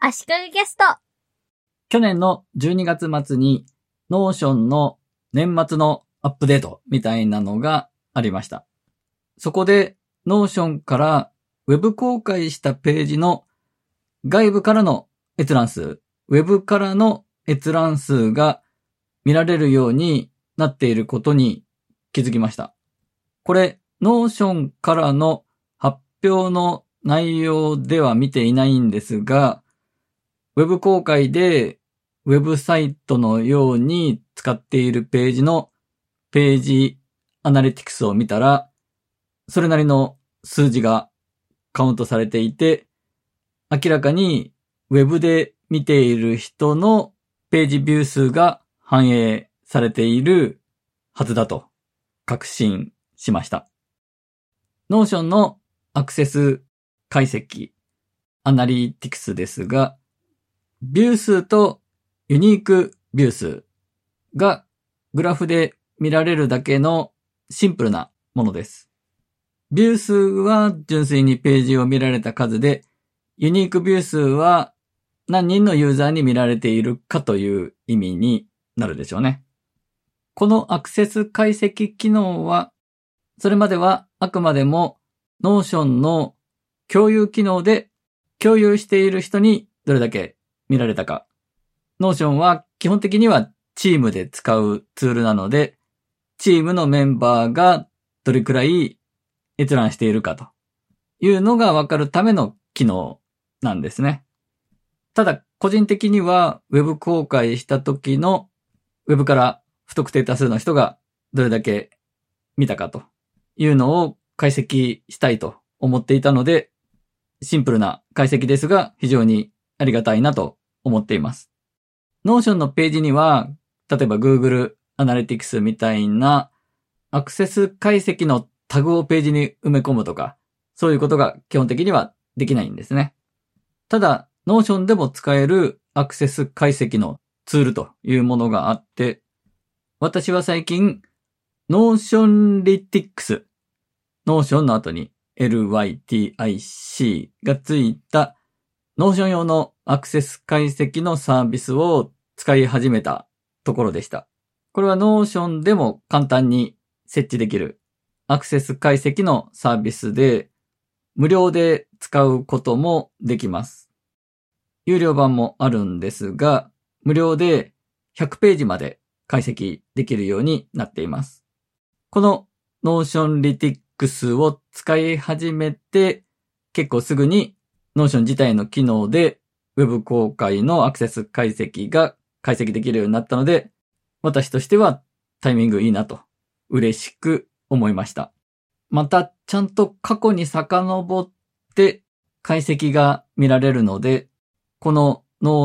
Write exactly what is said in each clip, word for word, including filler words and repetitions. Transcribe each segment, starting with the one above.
足利ゲスト。 去年のじゅうにがつ末に Notion の年末のアップデートみたいなのがありました。そこで Notion からウェブ公開したページの外部からの閲覧数、ウェブからの閲覧数が見られるようになっていることに気づきました。これ Notion からの発表の内容では見ていないんですが、ウェブ公開でウェブサイトのように使っているページのページアナリティクスを見たら、それなりの数字がカウントされていて、明らかにウェブで見ている人のページビュー数が反映されているはずだと確信しました。Notion のアクセス解析アナリティクスですが、ビュー数とユニークビュー数がグラフで見られるだけのシンプルなものです。ビュー数は純粋にページを見られた数で、ユニークビュー数は何人のユーザーに見られているかという意味になるでしょうね。このアクセス解析機能は、それまではあくまでも Notion の共有機能で共有している人にどれだけ見られたか。Notion は基本的にはチームで使うツールなので、チームのメンバーがどれくらい閲覧しているかというのがわかるための機能なんですね。ただ、個人的には Web 公開した時の Web から不特定多数の人がどれだけ見たかというのを解析したいと思っていたので、シンプルな解析ですが非常にありがたいなと思っています。Notion のページには、例えば Google Analytics みたいなアクセス解析のタグをページに埋め込むとか、そういうことが基本的にはできないんですね。ただ、Notion でも使えるアクセス解析のツールというものがあって、私は最近 Notionlytics、Notion の後に エルワイティーアイシー がついたNotion 用のアクセス解析のサービスを使い始めたところでした。これは Notion でも簡単に設置できるアクセス解析のサービスで、無料で使うこともできます。有料版もあるんですが、無料でひゃくページまで解析できるようになっています。この Notionlytics を使い始めて、結構すぐにNotion 自体の機能で Web 公開のアクセス解析が解析できるようになったので、私としてはタイミングいいなと嬉しく思いました。またちゃんと過去に遡って解析が見られるので、この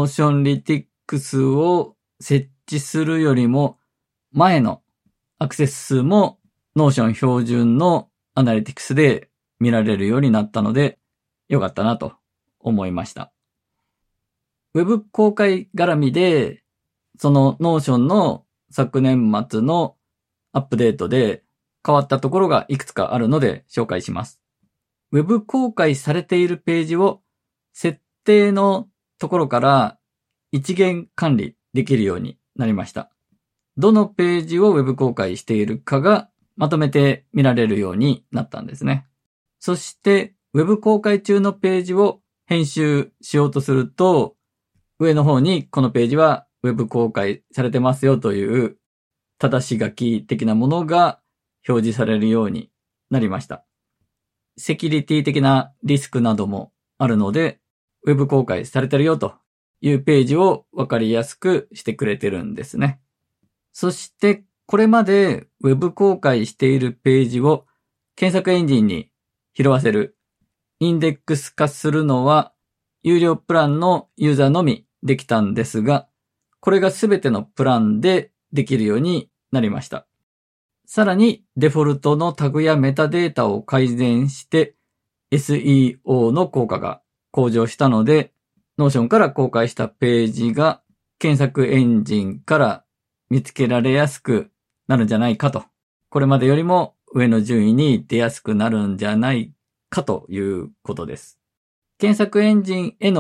Notionlytics を設置するよりも前のアクセス数も Notion 標準のアナリティクスで見られるようになったので、よかったなと思いました。ウェブ公開絡みで、その Notion の昨年末のアップデートで変わったところがいくつかあるので紹介します。ウェブ公開されているページを設定のところから一元管理できるようになりました。どのページをウェブ公開しているかがまとめて見られるようになったんですね。そしてウェブ公開中のページを編集しようとすると、上の方にこのページはウェブ公開されてますよという正し書き的なものが表示されるようになりました。セキュリティ的なリスクなどもあるので、ウェブ公開されてるよというページをわかりやすくしてくれてるんですね。そしてこれまでウェブ公開しているページを検索エンジンに拾わせる、インデックス化するのは有料プランのユーザーのみできたんですが、これがすべてのプランでできるようになりました。さらにデフォルトのタグやメタデータを改善して エスイーオー の効果が向上したので、Notion から公開したページが検索エンジンから見つけられやすくなるんじゃないかと。これまでよりも上の順位に出やすくなるんじゃないかということです。検索エンジンへの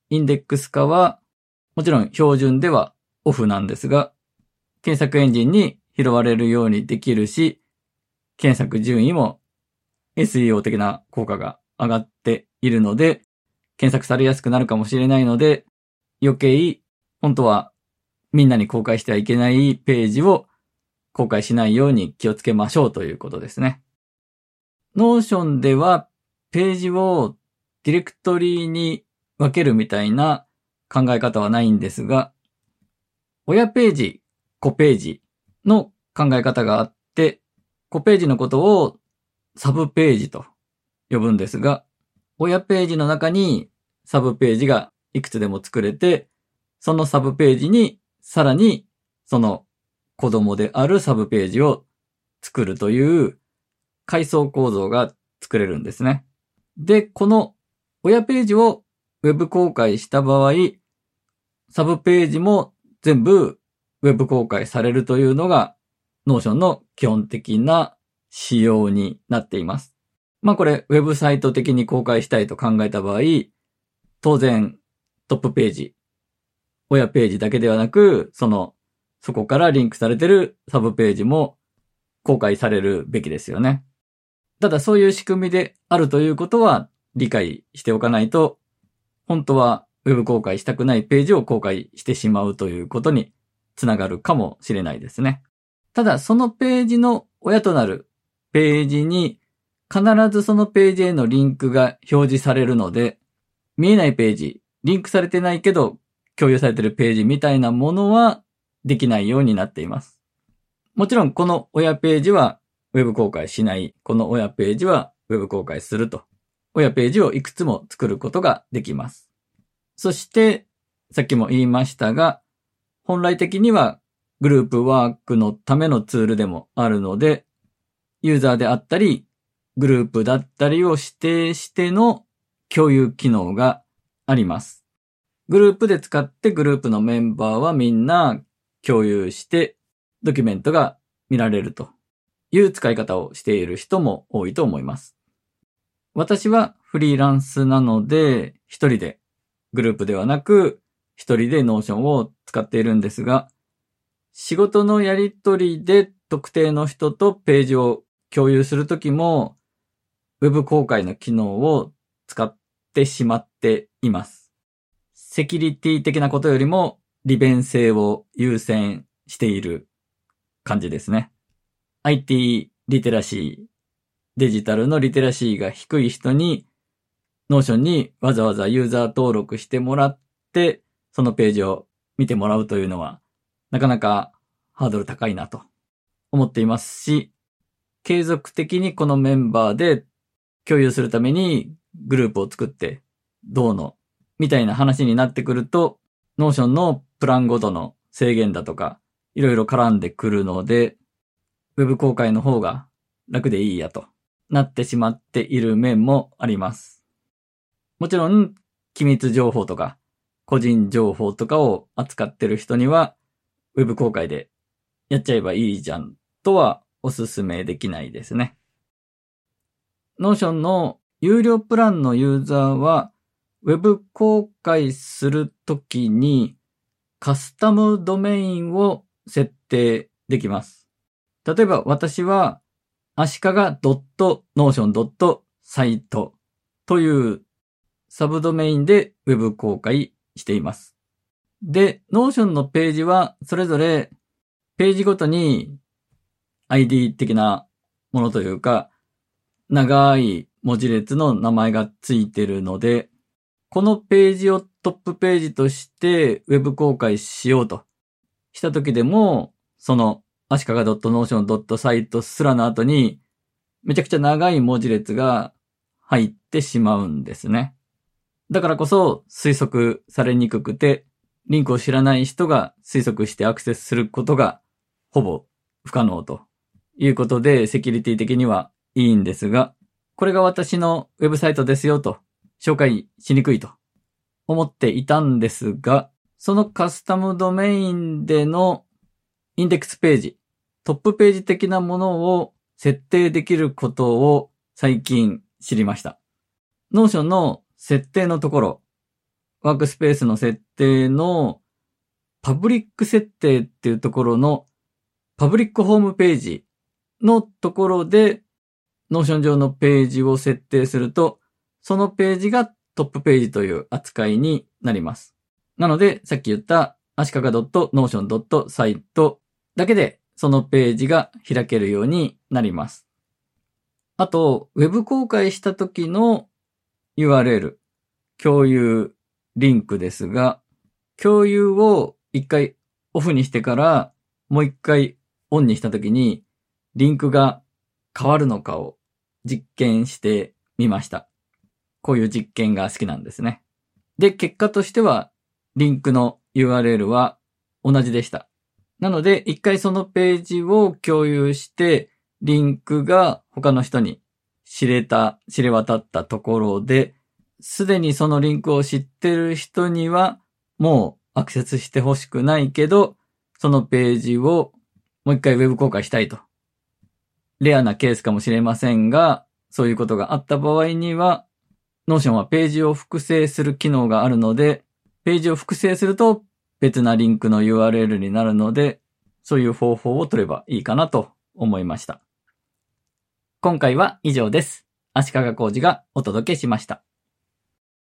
インデックス化はもちろん標準ではオフなんですが、検索エンジンに拾われるようにできるし、検索順位も エスイーオー 的な効果が上がっているので、検索されやすくなるかもしれないので、余計本当はみんなに公開してはいけないページを公開しないように気をつけましょうということですね。Notion ではページをディレクトリに分けるみたいな考え方はないんですが、親ページ、子ページの考え方があって、子ページのことをサブページと呼ぶんですが、親ページの中にサブページがいくつでも作れて、そのサブページにさらにその子供であるサブページを作るという階層構造が作れるんですね。で、この親ページをウェブ公開した場合、サブページも全部ウェブ公開されるというのが Notion の基本的な仕様になっています。まあこれウェブサイト的に公開したいと考えた場合、当然トップページ、親ページだけではなく、そのそこからリンクされているサブページも公開されるべきですよね。ただそういう仕組みであるということは理解しておかないと、本当はウェブ公開したくないページを公開してしまうということにつながるかもしれないですね。ただそのページの親となるページに必ずそのページへのリンクが表示されるので、見えないページ、リンクされてないけど共有されているページみたいなものはできないようになっています。もちろんこの親ページはウェブ公開しない、この親ページはウェブ公開すると、親ページをいくつも作ることができます。そして、さっきも言いましたが、本来的にはグループワークのためのツールでもあるので、ユーザーであったり、グループだったりを指定しての共有機能があります。グループで使ってグループのメンバーはみんな共有してドキュメントが見られるという使い方をしている人も多いと思います。私はフリーランスなので一人でグループではなく一人で Notion を使っているんですが、仕事のやり取りで特定の人とページを共有するときもウェブ公開の機能を使ってしまっています。セキュリティ的なことよりも利便性を優先している感じですね。アイティー リテラシー、デジタルのリテラシーが低い人に Notion にわざわざユーザー登録してもらってそのページを見てもらうというのはなかなかハードル高いなと思っていますし、継続的にこのメンバーで共有するためにグループを作ってどうのみたいな話になってくると Notion のプランごとの制限だとかいろいろ絡んでくるので、ウェブ公開の方が楽でいいやとなってしまっている面もあります。もちろん機密情報とか個人情報とかを扱ってる人にはウェブ公開でやっちゃえばいいじゃんとはおすすめできないですね。Notion の有料プランのユーザーはウェブ公開するときにカスタムドメインを設定できます。例えば私は足利 .notion.site というサブドメインでウェブ公開しています。で、Notion のページはそれぞれページごとに アイディー 的なものというか長い文字列の名前がついているので、このページをトップページとしてウェブ公開しようとした時でも、その足利 .notion.site すらの後にめちゃくちゃ長い文字列が入ってしまうんですね。だからこそ推測されにくくて、リンクを知らない人が推測してアクセスすることがほぼ不可能ということで、セキュリティ的にはいいんですが、これが私のウェブサイトですよと紹介しにくいと思っていたんですが、そのカスタムドメインでのインデックスページ、トップページ的なものを設定できることを最近知りました。Notion の設定のところ、 ワークスペースの設定のパブリック設定っていうところのパブリックホームページのところで Notion 上のページを設定すると、そのページがトップページという扱いになります。なので、さっき言った足利 .notion.site だけでそのページが開けるようになります。あと、ウェブ公開した時の ユーアールエル、共有リンクですが、共有を一回オフにしてからもう一回オンにした時にリンクが変わるのかを実験してみました。こういう実験が好きなんですね。で、結果としてはリンクの ユーアールエル は同じでした。なので、一回そのページを共有して、リンクが他の人に知れた、知れ渡ったところで、すでにそのリンクを知ってる人には、もうアクセスしてほしくないけど、そのページをもう一回ウェブ公開したいと。レアなケースかもしれませんが、そういうことがあった場合には、Notion はページを複製する機能があるので、ページを複製すると別なリンクの ユーアールエル になるので、そういう方法を取ればいいかなと思いました。今回は以上です。足利浩二がお届けしました。